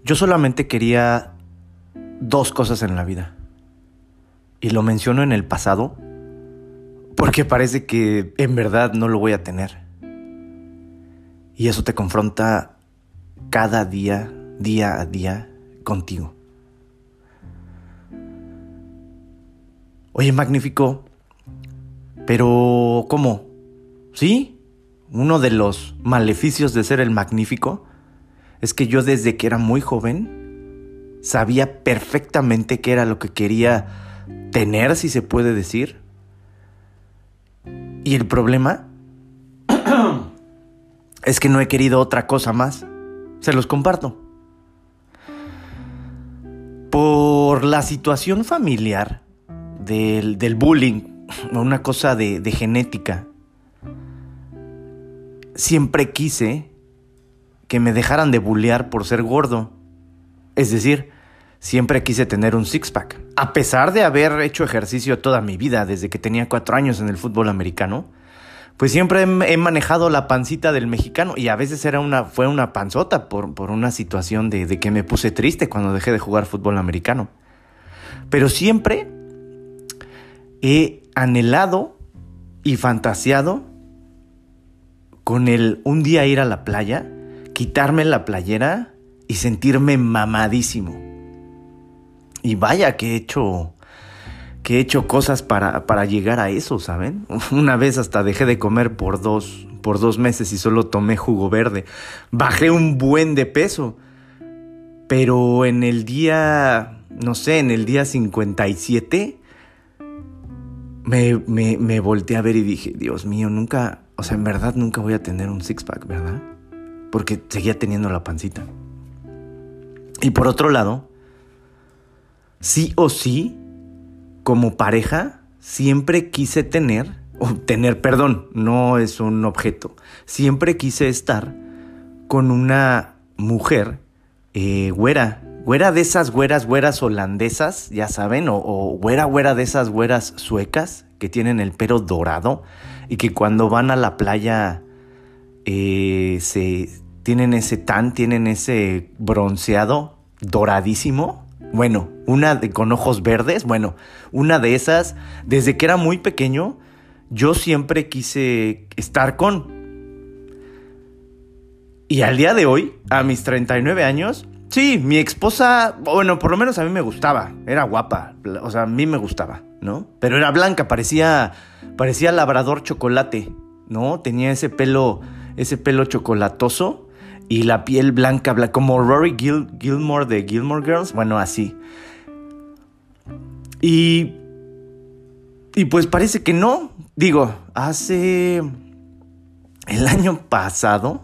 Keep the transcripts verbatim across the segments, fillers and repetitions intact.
Yo solamente quería dos cosas en la vida. Y lo menciono en el pasado porque parece que en verdad no lo voy a tener. Y eso te confronta cada día, día a día contigo. Oye, Magnífico, pero ¿cómo? ¿Sí? Uno de los maleficios de ser el Magnífico es que yo desde que era muy joven sabía perfectamente qué era lo que quería tener, si se puede decir. Y el problema es que no he querido otra cosa más. Se los comparto. Por la situación familiar del, del bullying, una cosa de, de genética, siempre quise que me dejaran de bullear por ser gordo. Es decir, siempre quise tener un six-pack. A pesar de haber hecho ejercicio toda mi vida, desde que tenía cuatro años en el fútbol americano, pues siempre he, he manejado la pancita del mexicano. Y a veces era una, fue una panzota por, por una situación de, de que me puse triste cuando dejé de jugar fútbol americano. Pero siempre he anhelado y fantaseado con el un día ir a la playa, quitarme la playera y sentirme mamadísimo. Y vaya que he hecho, que he hecho cosas para, para llegar a eso, ¿saben? Una vez hasta dejé de comer por dos, por dos meses y solo tomé jugo verde. Bajé un buen de peso. Pero en el día, no sé, en el día cincuenta y siete, me, me, me volteé a ver y dije, Dios mío, nunca, o sea, en verdad nunca voy a tener un six-pack, ¿verdad? Porque seguía teniendo la pancita. Y por otro lado, sí o sí, como pareja, siempre quise tener, o tener, perdón, no es un objeto. Siempre quise estar con una mujer eh, güera, güera de esas güeras, güeras holandesas, ya saben, o, o güera, güera de esas güeras suecas que tienen el pelo dorado y que cuando van a la playa eh, se tienen ese tan, tienen ese bronceado doradísimo. Bueno, una de, con ojos verdes, bueno, una de esas, desde que era muy pequeño, yo siempre quise estar con. Y al día de hoy, a mis treinta y nueve años, sí, mi esposa, bueno, por lo menos a mí me gustaba, era guapa, o sea, a mí me gustaba, ¿no? Pero era blanca, parecía, parecía labrador chocolate, ¿no? Tenía ese pelo, ese pelo chocolatoso. Y la piel blanca, blanca, como Rory Gil- Gilmore de Gilmore Girls. Bueno, así. Y... Y pues parece que no. Digo, hace... El año pasado...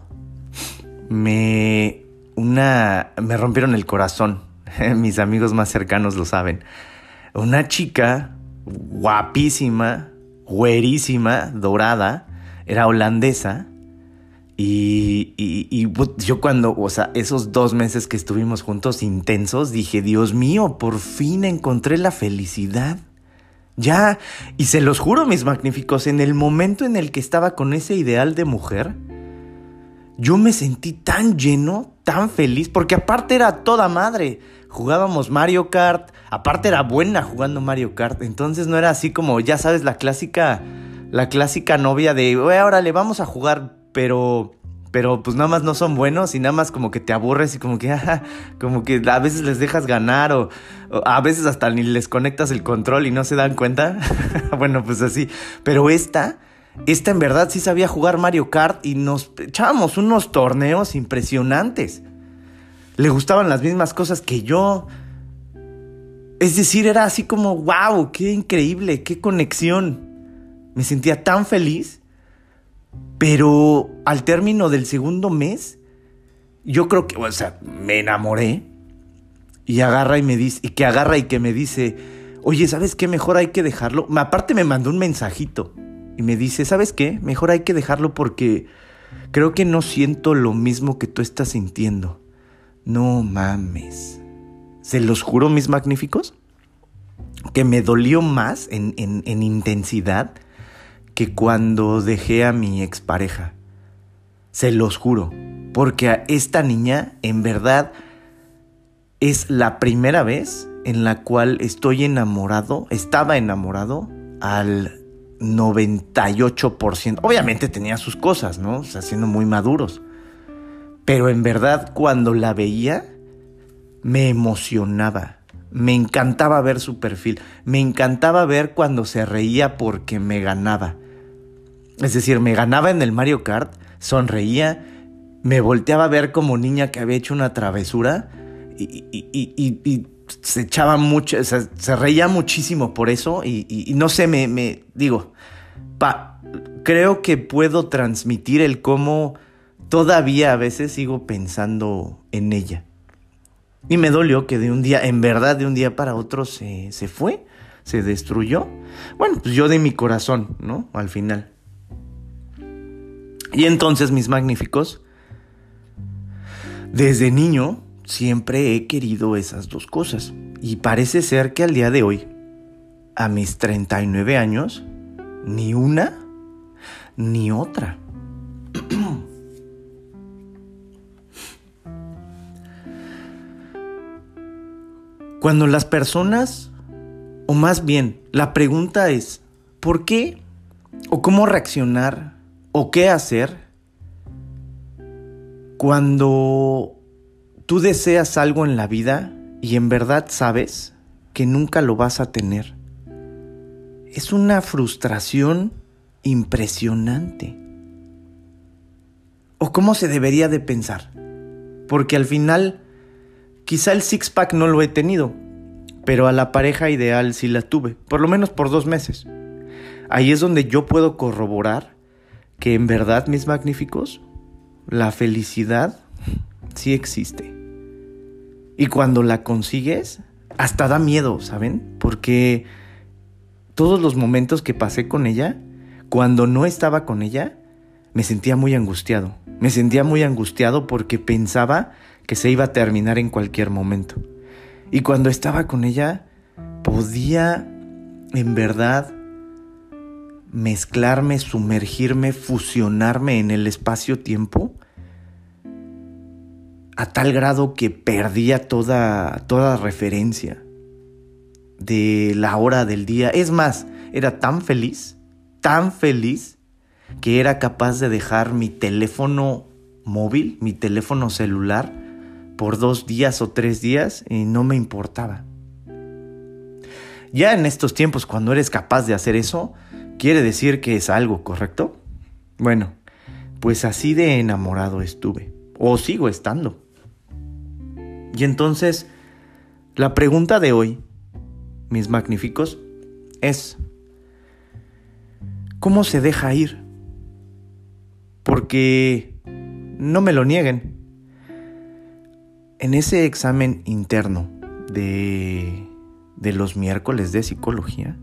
Me... Una... Me rompieron el corazón. Mis amigos más cercanos lo saben. Una chica... Guapísima... Güerísima... Dorada... Era holandesa... Y, y, y yo cuando, o sea, esos dos meses que estuvimos juntos intensos, dije, Dios mío, por fin encontré la felicidad. Ya, y se los juro, mis magníficos, en el momento en el que estaba con ese ideal de mujer, yo me sentí tan lleno, tan feliz, porque aparte era toda madre. Jugábamos Mario Kart, aparte era buena jugando Mario Kart, entonces no era así como, ya sabes, la clásica, la clásica novia de, órale, vamos a jugar. Pero, pero pues nada más no son buenos y nada más como que te aburres y como que, ah, como que a veces les dejas ganar o, o a veces hasta ni les conectas el control y no se dan cuenta. Bueno, pues así. Pero esta, esta en verdad sí sabía jugar Mario Kart y nos echábamos unos torneos impresionantes. Le gustaban las mismas cosas que yo. Es decir, era así como, wow, qué increíble, qué conexión. Me sentía tan feliz. Pero al término del segundo mes, yo creo que, o sea, me enamoré. Y agarra y me dice, y que agarra y que me dice, oye, ¿sabes qué? Mejor hay que dejarlo. Aparte me mandó un mensajito y me dice, ¿sabes qué? Mejor hay que dejarlo porque creo que no siento lo mismo que tú estás sintiendo. No mames. Se los juro, mis magníficos, que me dolió más en, en, en intensidad que cuando dejé a mi expareja. Se los juro. Porque a esta niña, en verdad, es la primera vez en la cual estoy enamorado, estaba enamorado al noventa y ocho por ciento. Obviamente tenía sus cosas, ¿no? O sea, siendo muy maduros. Pero en verdad, cuando la veía, me emocionaba. Me encantaba ver su perfil. Me encantaba ver cuando se reía porque me ganaba. Es decir, me ganaba en el Mario Kart, sonreía, me volteaba a ver como niña que había hecho una travesura y, y, y, y, y se echaba mucho, o sea, se reía muchísimo por eso y, y, y no sé, me, me digo, pa, creo que puedo transmitir el cómo todavía a veces sigo pensando en ella. Y me dolió que de un día, en verdad de un día para otro se, se fue, se destruyó. Bueno, pues yo de mi corazón, ¿no? Al final. Y entonces, mis magníficos, desde niño siempre he querido esas dos cosas. Y parece ser que al día de hoy, a mis treinta y nueve años, ni una ni otra. Cuando las personas, o más bien, la pregunta es, ¿por qué? ¿O cómo reaccionar? ¿O qué hacer cuando tú deseas algo en la vida y en verdad sabes que nunca lo vas a tener? Es una frustración impresionante. ¿O cómo se debería de pensar? Porque al final, quizá el six-pack no lo he tenido, pero a la pareja ideal sí la tuve, por lo menos por dos meses. Ahí es donde yo puedo corroborar que en verdad, mis magníficos, la felicidad sí existe. Y cuando la consigues, hasta da miedo, ¿saben? Porque todos los momentos que pasé con ella, cuando no estaba con ella, me sentía muy angustiado. Me sentía muy angustiado porque pensaba que se iba a terminar en cualquier momento. Y cuando estaba con ella, podía, en verdad, mezclarme, sumergirme, fusionarme en el espacio-tiempo a tal grado que perdía toda, toda referencia de la hora del día. Es más, era tan feliz, tan feliz, que era capaz de dejar mi teléfono móvil, mi teléfono celular, por dos días o tres días y no me importaba. Ya en estos tiempos, cuando eres capaz de hacer eso, quiere decir que es algo, ¿correcto? Bueno, pues así de enamorado estuve, o sigo estando. Y entonces, la pregunta de hoy, mis magníficos, es: ¿cómo se deja ir? Porque no me lo nieguen. En ese examen interno de, de los miércoles de psicología,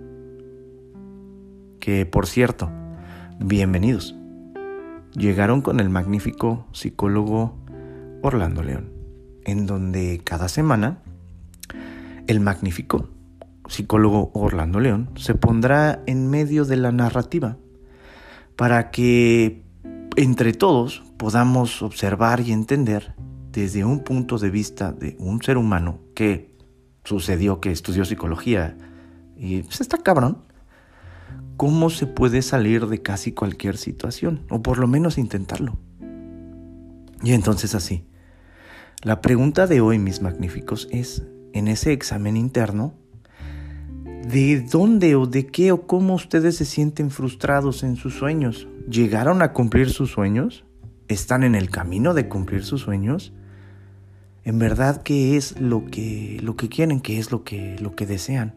que por cierto, bienvenidos, llegaron con el magnífico psicólogo Orlando León, en donde cada semana el magnífico psicólogo Orlando León se pondrá en medio de la narrativa para que entre todos podamos observar y entender desde un punto de vista de un ser humano que sucedió, que estudió psicología y pues está cabrón, cómo se puede salir de casi cualquier situación, o por lo menos intentarlo. Y entonces así, la pregunta de hoy, mis magníficos, es: en ese examen interno, ¿de dónde o de qué o cómo ustedes se sienten frustrados en sus sueños? ¿Llegaron a cumplir sus sueños? ¿Están en el camino de cumplir sus sueños? ¿En verdad qué es lo que, lo que quieren? ¿Qué es lo que, lo que desean?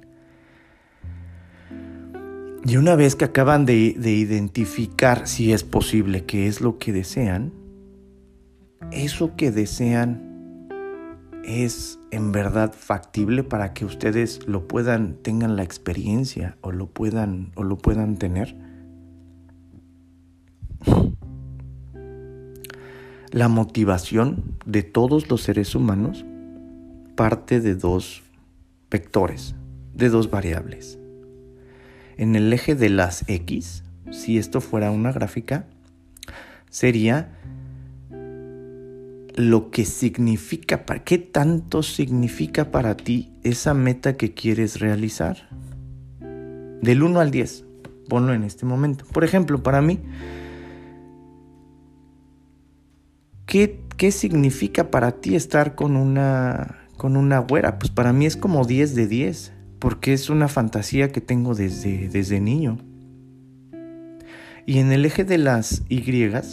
Y una vez que acaban de, de identificar, si es posible, qué es lo que desean, eso que desean es en verdad factible para que ustedes lo puedan, tengan la experiencia o lo puedan, o lo puedan tener. La motivación de todos los seres humanos parte de dos vectores, de dos variables. En el eje de las X, si esto fuera una gráfica, sería lo que significa, para qué tanto significa para ti esa meta que quieres realizar. Del uno al diez, ponlo en este momento. Por ejemplo, para mí, ¿qué, qué significa para ti estar con una, con una güera? Pues para mí es como diez de diez, porque es una fantasía que tengo desde, desde niño. Y en el eje de las Y,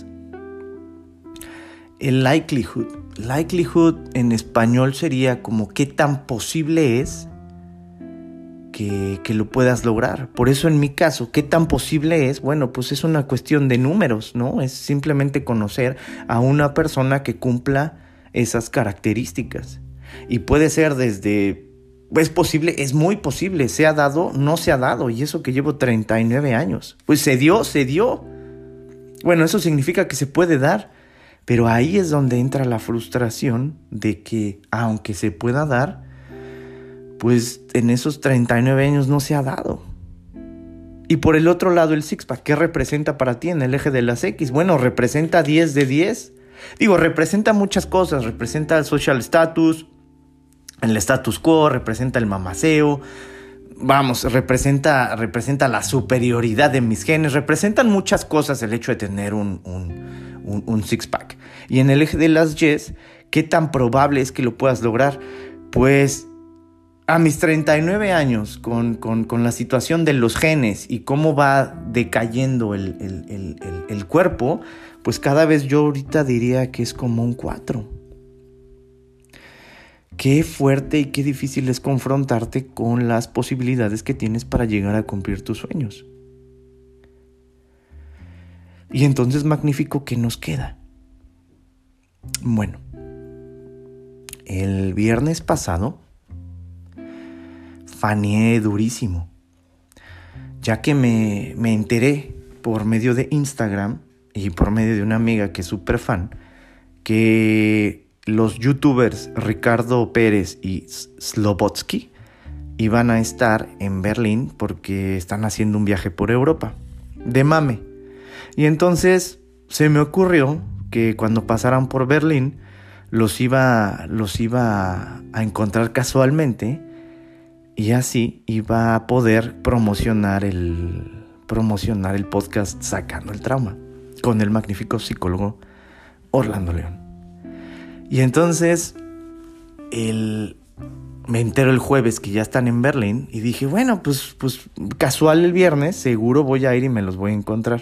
el likelihood. Likelihood en español sería como qué tan posible es que, que lo puedas lograr. Por eso en mi caso, ¿qué tan posible es? Bueno, pues es una cuestión de números, ¿no? Es simplemente conocer a una persona que cumpla esas características. Y puede ser desde, es posible, es muy posible, se ha dado, no se ha dado. Y eso que llevo treinta y nueve años. Pues se dio, se dio. Bueno, eso significa que se puede dar. Pero ahí es donde entra la frustración de que, aunque se pueda dar, pues en esos treinta y nueve años no se ha dado. Y por el otro lado el six-pack, ¿qué representa para ti en el eje de las X? Bueno, representa diez de diez. Digo, representa muchas cosas. Representa el social status, el status quo, representa el mamaceo. Vamos, representa, representa la superioridad de mis genes. Representan muchas cosas el hecho de tener un... un Un, un six-pack. Y en el eje de las Y's, ¿qué tan probable es que lo puedas lograr? Pues a mis treinta y nueve años, con, con, con la situación de los genes y cómo va decayendo el, el, el, el, el cuerpo, pues cada vez yo ahorita diría que es como un cuatro. Qué fuerte y qué difícil es confrontarte con las posibilidades que tienes para llegar a cumplir tus sueños. Y entonces, magnífico, ¿qué nos queda? Bueno, el viernes pasado faneé durísimo, ya que me, me enteré por medio de Instagram y por medio de una amiga que es súper fan, que los youtubers Ricardo Pérez y Slobotsky iban a estar en Berlín porque están haciendo un viaje por Europa, de mame. Y entonces se me ocurrió que cuando pasaran por Berlín los iba, los iba a encontrar casualmente y así iba a poder promocionar el, promocionar el podcast Sacando el Trauma con el magnífico psicólogo Orlando León. Y entonces el, me entero el jueves que ya están en Berlín y dije, bueno, pues, pues casual el viernes, seguro voy a ir y me los voy a encontrar.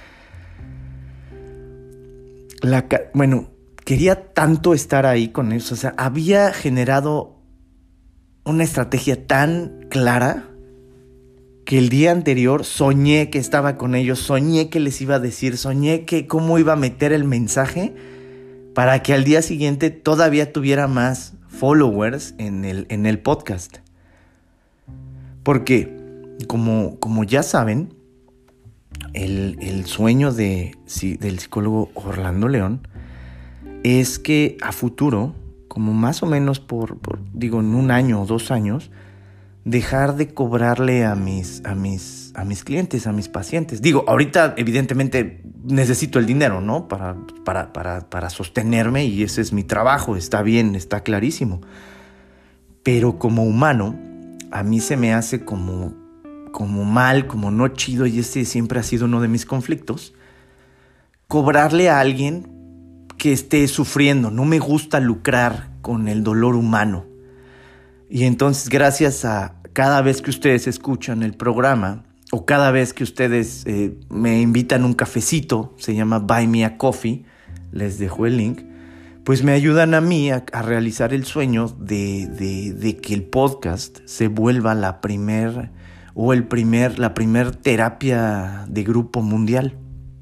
La, bueno, quería tanto estar ahí con ellos, o sea, había generado una estrategia tan clara que el día anterior soñé que estaba con ellos, soñé que les iba a decir, soñé que cómo iba a meter el mensaje para que al día siguiente todavía tuviera más followers en el, en el podcast. Porque, como, como ya saben, El, el sueño de, sí, del psicólogo Orlando León es que a futuro, como más o menos por, por digo, en un año o dos años, dejar de cobrarle a mis, a mis, a mis clientes, a mis pacientes. Digo, ahorita evidentemente necesito el dinero, ¿no? Para, para, para, para sostenerme y ese es mi trabajo, está bien, está clarísimo. Pero como humano, a mí se me hace como... como mal, como no chido, y ese siempre ha sido uno de mis conflictos, cobrarle a alguien que esté sufriendo. No me gusta lucrar con el dolor humano. Y entonces, gracias a cada vez que ustedes escuchan el programa, o cada vez que ustedes eh, me invitan un cafecito, se llama Buy Me a Coffee, les dejo el link, pues me ayudan a mí a, a realizar el sueño de, de, de que el podcast se vuelva la primer... o el primer, la primer terapia de grupo mundial.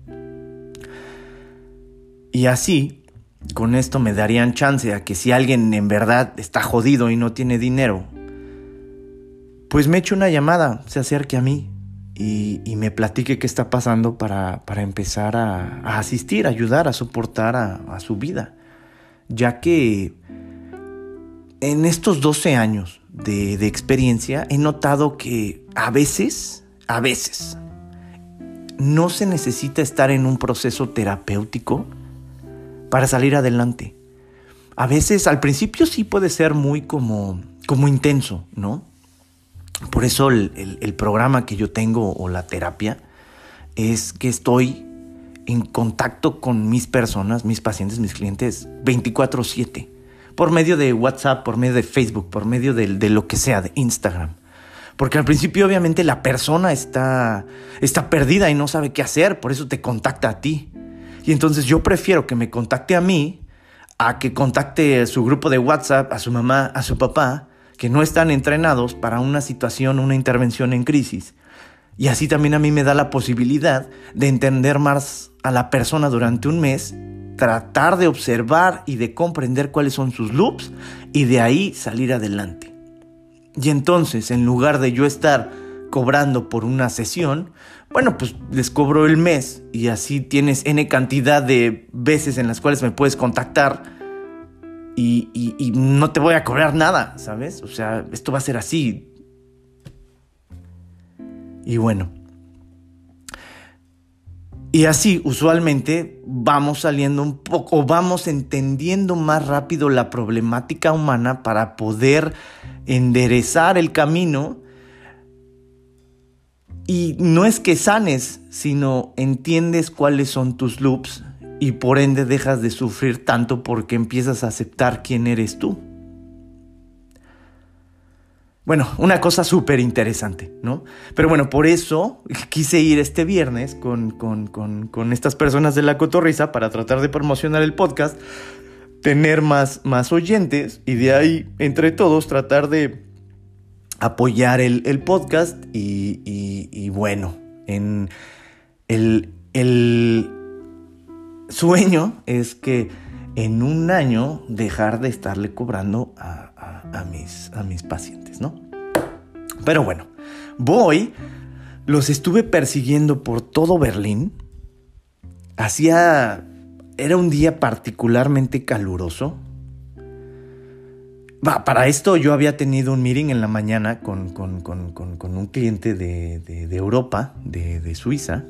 Y así, con esto me darían chance a que si alguien en verdad está jodido y no tiene dinero, pues me eche una llamada, se acerque a mí y, y me platique qué está pasando para, para empezar a, a asistir, a ayudar, a soportar a, a su vida. Ya que en estos doce años de, de experiencia he notado que a veces, a veces, no se necesita estar en un proceso terapéutico para salir adelante. a veces al principio sí puede ser muy como, como intenso, ¿no? Por eso el, el, el programa que yo tengo o la terapia es que estoy en contacto con mis personas, mis pacientes, mis clientes veinticuatro siete, por medio de WhatsApp, por medio de Facebook, por medio de, de lo que sea, de Instagram. Porque al principio obviamente la persona está, está perdida y no sabe qué hacer, por eso te contacta a ti. Y entonces yo prefiero que me contacte a mí a que contacte a su grupo de WhatsApp, a su mamá, a su papá, que no están entrenados para una situación, una intervención en crisis. Y así también a mí me da la posibilidad de entender más a la persona durante un mes, tratar de observar y de comprender cuáles son sus loops y de ahí salir adelante. Y entonces, en lugar de yo estar cobrando por una sesión, bueno, pues les cobro el mes y así tienes N cantidad de veces en las cuales me puedes contactar y, y, y no te voy a cobrar nada, ¿sabes? O sea, esto va a ser así. Y bueno, y así usualmente vamos saliendo un poco, o vamos entendiendo más rápido la problemática humana para poder enderezar el camino. Y no es que sanes, sino entiendes cuáles son tus loops y por ende dejas de sufrir tanto porque empiezas a aceptar quién eres tú. Bueno, una cosa súper interesante, ¿no? Pero bueno, por eso quise ir este viernes con, con, con, con estas personas de La Cotorrisa para tratar de promocionar el podcast, tener más, más oyentes y de ahí, entre todos, tratar de apoyar el, el podcast y, y, y bueno, en el, el sueño es que en un año dejar de estarle cobrando a, a, a, mis, a mis pacientes, ¿no? Pero bueno, voy, los estuve persiguiendo por todo Berlín. Hacía, era un día particularmente caluroso. Va, para esto yo había tenido un meeting en la mañana con, con, con, con, con un cliente de, de, de Europa, de, de Suiza.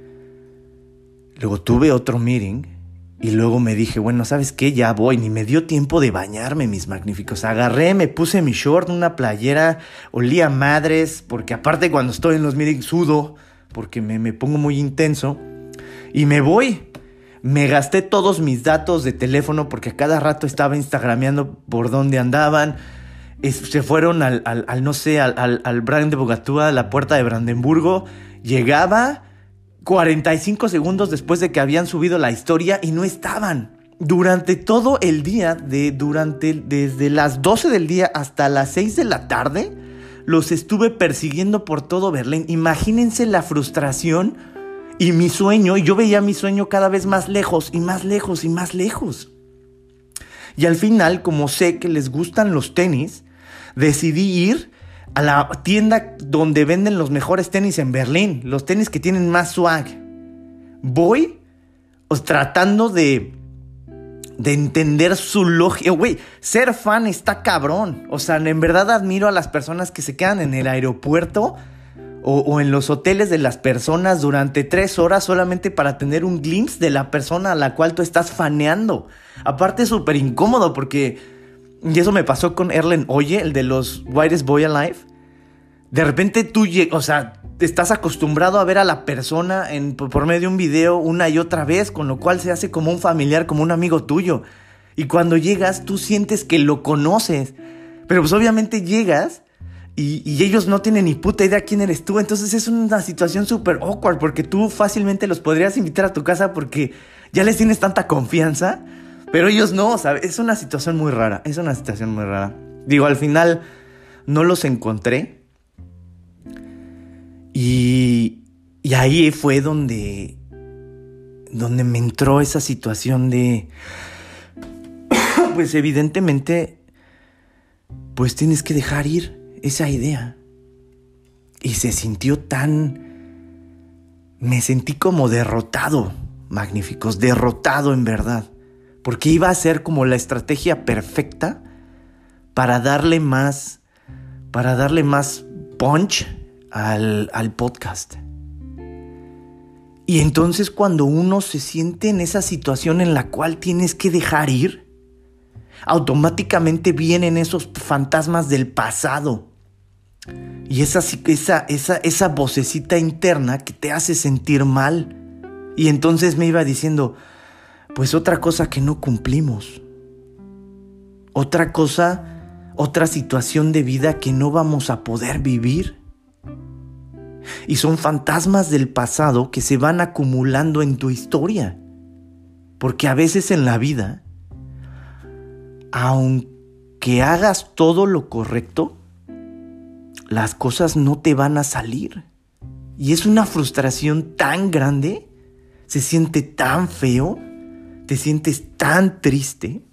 Luego tuve otro meeting. Y luego me dije, bueno, ¿sabes qué? Ya voy. Ni me dio tiempo de bañarme, mis magníficos. Agarré, me puse mi short, una playera, olía madres, porque aparte cuando estoy en los meetings sudo, porque me, me pongo muy intenso. Y me voy. Me gasté todos mis datos de teléfono porque a cada rato estaba instagrameando por dónde andaban. Es, se fueron al, al, al no sé, al, al, al Brandenburgatúa, a la puerta de Brandenburgo. Llegaba cuarenta y cinco segundos después de que habían subido la historia y no estaban. Durante todo el día, de, durante, desde las doce del día hasta las seis de la tarde, los estuve persiguiendo por todo Berlín. Imagínense la frustración y mi sueño. Y yo veía mi sueño cada vez más lejos y más lejos y más lejos. Y al final, como sé que les gustan los tenis, decidí ir a la tienda donde venden los mejores tenis en Berlín, los tenis que tienen más swag. Voy pues, tratando de, de entender su lógica. Güey, ser fan está cabrón. O sea, en verdad admiro a las personas que se quedan en el aeropuerto o, o en los hoteles de las personas durante tres horas solamente para tener un glimpse de la persona a la cual tú estás faneando. Aparte es súper incómodo porque... Y eso me pasó con Erlen Oye, el de los Whitest Boy Alive. De repente tú, o sea, estás acostumbrado a ver a la persona en, por medio de un video una y otra vez, con lo cual se hace como un familiar, como un amigo tuyo. Y cuando llegas, tú sientes que lo conoces. Pero pues obviamente llegas y, y ellos no tienen ni puta idea quién eres tú. Entonces es una situación súper awkward porque tú fácilmente los podrías invitar a tu casa porque ya les tienes tanta confianza. Pero ellos no, ¿sabes? Es una situación muy rara, es una situación muy rara. Digo, al final no los encontré. Y, y ahí fue donde, donde me entró esa situación de... Pues evidentemente, pues tienes que dejar ir esa idea. Y se sintió tan... Me sentí como derrotado, magníficos, derrotado en verdad. Porque iba a ser como la estrategia perfecta para darle más, para darle más punch al, al podcast. Y entonces cuando uno se siente en esa situación en la cual tienes que dejar ir, automáticamente vienen esos fantasmas del pasado. Y esa, esa, esa, esa vocecita interna que te hace sentir mal. Y entonces me iba diciendo, pues otra cosa que no cumplimos. Otra cosa, otra situación de vida que no vamos a poder vivir. Y son fantasmas del pasado que se van acumulando en tu historia. Porque a veces en la vida, aunque hagas todo lo correcto, las cosas no te van a salir. Y es una frustración tan grande, se siente tan feo, te sientes tan triste.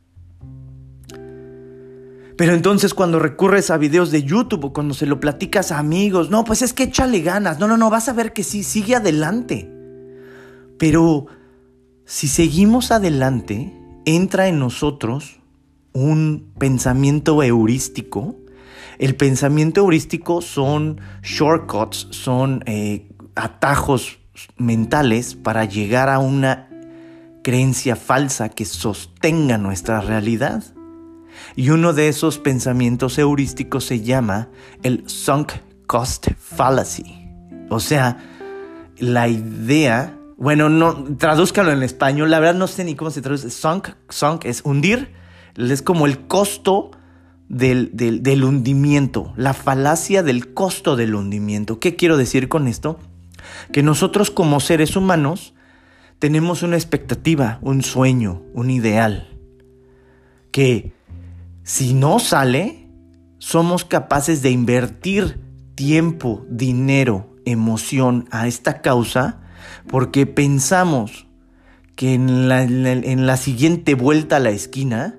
Pero entonces cuando recurres a videos de YouTube o cuando se lo platicas a amigos, no, pues es que échale ganas, no, no, no, vas a ver que sí, sigue adelante. Pero si seguimos adelante, entra en nosotros un pensamiento heurístico. El pensamiento heurístico son shortcuts, son eh, atajos mentales para llegar a una creencia falsa que sostenga nuestra realidad. Y uno de esos pensamientos heurísticos se llama el sunk cost fallacy. O sea, la idea, bueno, no, tradúzcalo en español, la verdad no sé ni cómo se traduce. Sunk, sunk es hundir, es como el costo Del, del, del hundimiento, la falacia del costo del hundimiento. ¿Qué quiero decir con esto? Que nosotros como seres humanos tenemos una expectativa, un sueño, un ideal, que si no sale, somos capaces de invertir tiempo, dinero, emoción a esta causa porque pensamos que en la, en la, en la siguiente vuelta a la esquina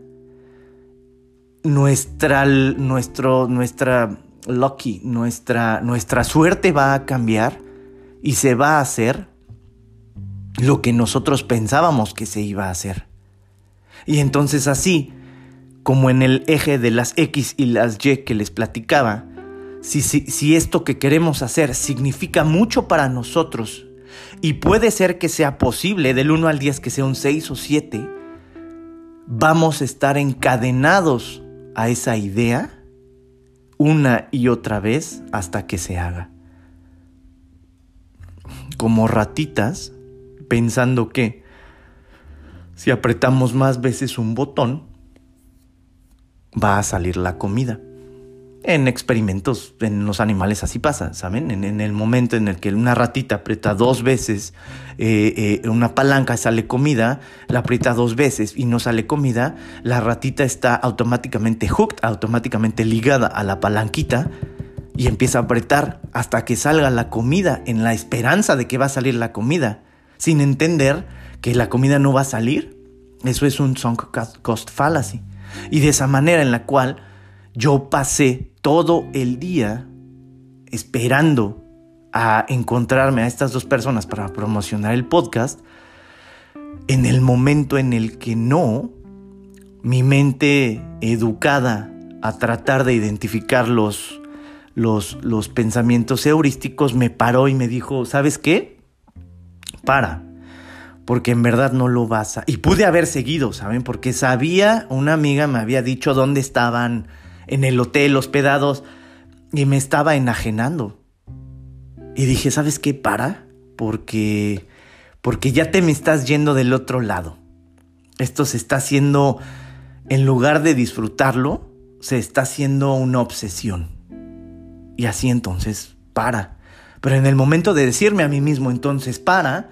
Nuestra, nuestro, nuestra lucky, nuestra, nuestra suerte va a cambiar y se va a hacer lo que nosotros pensábamos que se iba a hacer. Y entonces así, como en el eje de las X y las Y que les platicaba, si, si, si esto que queremos hacer significa mucho para nosotros y puede ser que sea posible del uno al diez que sea un seis o siete, vamos a estar encadenados a esa idea una y otra vez hasta que se haga. Como ratitas, pensando que si apretamos más veces un botón, va a salir la comida. En experimentos, en los animales así pasa, ¿saben? En, en el momento en el que una ratita aprieta dos veces eh, eh, una palanca, sale comida, la aprieta dos veces y no sale comida, la ratita está automáticamente hooked, automáticamente ligada a la palanquita y empieza a apretar hasta que salga la comida en la esperanza de que va a salir la comida, sin entender que la comida no va a salir. Eso es un sunk cost fallacy. Y de esa manera en la cual yo pasé todo el día esperando a encontrarme a estas dos personas para promocionar el podcast, en el momento en el que no, mi mente educada a tratar de identificar los, los, los pensamientos heurísticos me paró y me dijo, ¿sabes qué? Para, porque en verdad no lo vas a... Y pude haber seguido, ¿saben? Porque sabía, una amiga me había dicho dónde estaban en el hotel hospedados y me estaba enajenando. Y dije, ¿sabes qué? Para, porque, porque ya te me estás yendo del otro lado. Esto se está haciendo, en lugar de disfrutarlo, se está haciendo una obsesión. Y así entonces, para. Pero en el momento de decirme a mí mismo, entonces, para,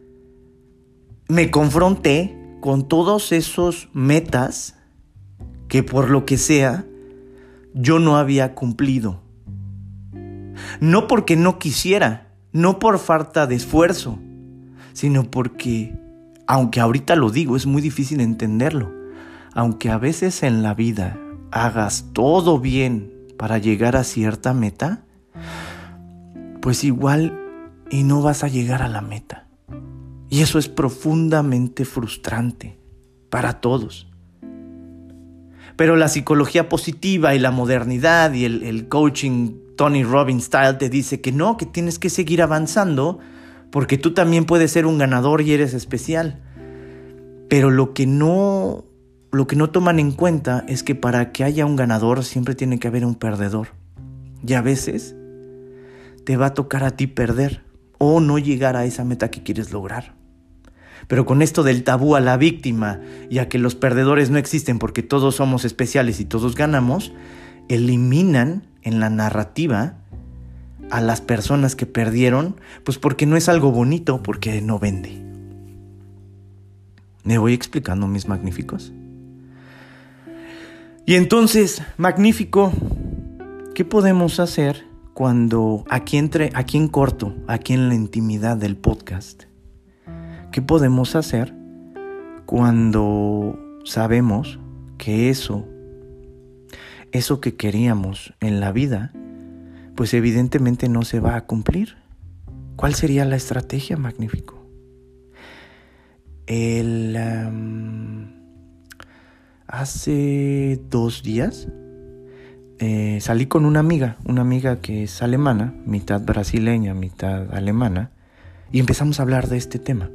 me confronté con todos esos metas que por lo que sea, yo no había cumplido. No porque no quisiera, no por falta de esfuerzo, sino porque, aunque ahorita lo digo, es muy difícil entenderlo, aunque a veces en la vida hagas todo bien para llegar a cierta meta, pues igual y no vas a llegar a la meta. Y eso es profundamente frustrante para todos. Pero la psicología positiva y la modernidad y el, el coaching Tony Robbins style te dice que no, que tienes que seguir avanzando porque tú también puedes ser un ganador y eres especial. Pero lo que no lo que no toman en cuenta es que para que haya un ganador siempre tiene que haber un perdedor. Y a veces te va a tocar a ti perder o no llegar a esa meta que quieres lograr. Pero con esto del tabú a la víctima y a que los perdedores no existen porque todos somos especiales y todos ganamos, eliminan en la narrativa a las personas que perdieron, pues porque no es algo bonito, porque no vende. ¿Me voy explicando, mis magníficos? Y entonces, magnífico, ¿qué podemos hacer cuando aquí entre, aquí en corto, aquí en la intimidad del podcast? ¿Qué podemos hacer cuando sabemos que eso, eso que queríamos en la vida, pues evidentemente no se va a cumplir? ¿Cuál sería la estrategia, magnífico? El, um, hace dos días eh, salí con una amiga, una amiga que es alemana, mitad brasileña, mitad alemana, y empezamos a hablar de este tema.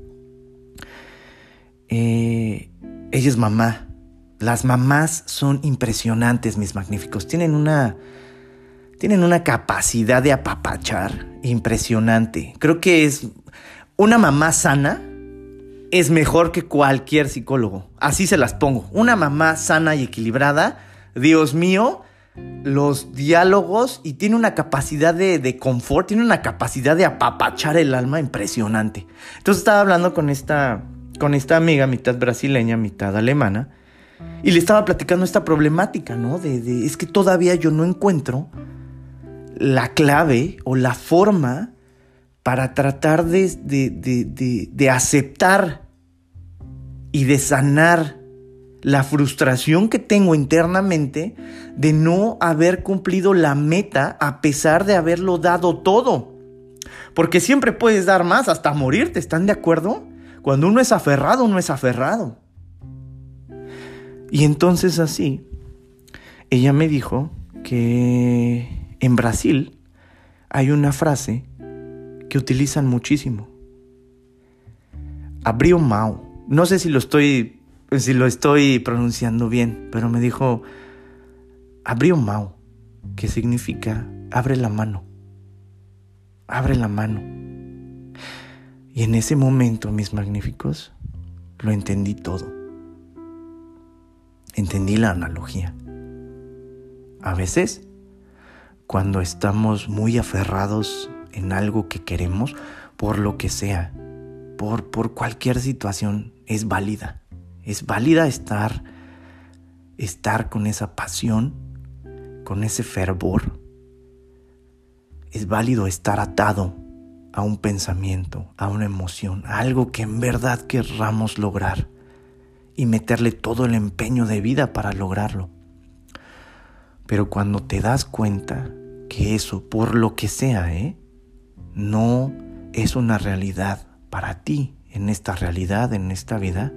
Eh, ella es mamá. Las mamás son impresionantes, mis magníficos. Tienen una, tienen una capacidad de apapachar impresionante. Creo que es una mamá sana. Es mejor que cualquier psicólogo. Así se las pongo. Una mamá sana y equilibrada, Dios mío, los diálogos, y tiene una capacidad de, de confort, tiene una capacidad de apapachar el alma impresionante. Entonces estaba hablando con esta, con esta amiga, mitad brasileña, mitad alemana, y le estaba platicando esta problemática, ¿no? De, de, es que todavía yo no encuentro la clave o la forma para tratar de, de, de, de, de aceptar y de sanar la frustración que tengo internamente de no haber cumplido la meta a pesar de haberlo dado todo. Porque siempre puedes dar más hasta morirte, ¿están de acuerdo? Cuando uno es aferrado, uno es aferrado. Y entonces así, ella me dijo que en Brasil hay una frase que utilizan muchísimo. Abriu mão. No sé si lo estoy, si lo estoy pronunciando bien, pero me dijo abriu mão, que significa abre la mano. Abre la mano. Y en ese momento, mis magníficos, lo entendí todo. Entendí la analogía. A veces, cuando estamos muy aferrados en algo que queremos, por lo que sea, por, por cualquier situación, es válida. Es válida estar, estar con esa pasión, con ese fervor. Es válido estar atado a un pensamiento, a una emoción, a algo que en verdad querramos lograr y meterle todo el empeño de vida para lograrlo. Pero cuando te das cuenta que eso, por lo que sea, ¿eh? no es una realidad para ti en esta realidad, en esta vida,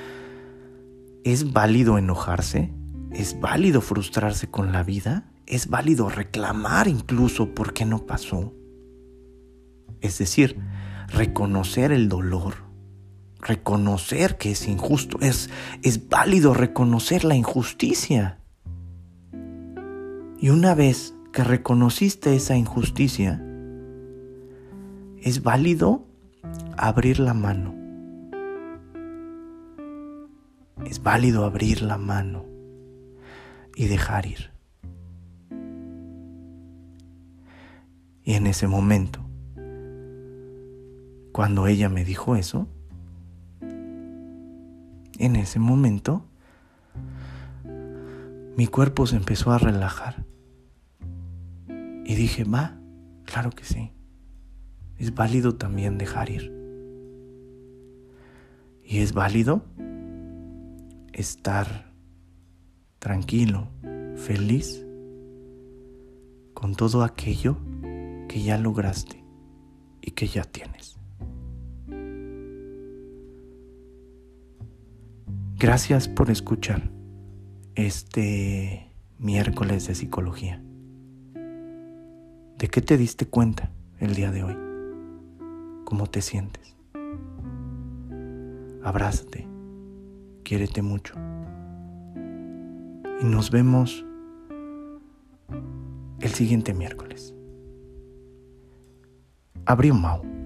es válido enojarse, es válido frustrarse con la vida, es válido reclamar incluso por qué no pasó. Es decir, reconocer el dolor, reconocer que es injusto, es, es válido reconocer la injusticia. Y una vez que reconociste esa injusticia, es válido abrir la mano. Es válido abrir la mano y dejar ir. Y en ese momento, cuando ella me dijo eso, en ese momento, mi cuerpo se empezó a relajar. Y dije, va, claro que sí. Es válido también dejar ir. Y es válido estar tranquilo, feliz con todo aquello que ya lograste y que ya tienes. Gracias por escuchar este miércoles de psicología. ¿De qué te diste cuenta el día de hoy? ¿Cómo te sientes? Abrázate, quiérete mucho. y nos vemos el siguiente miércoles. Abriu Mau.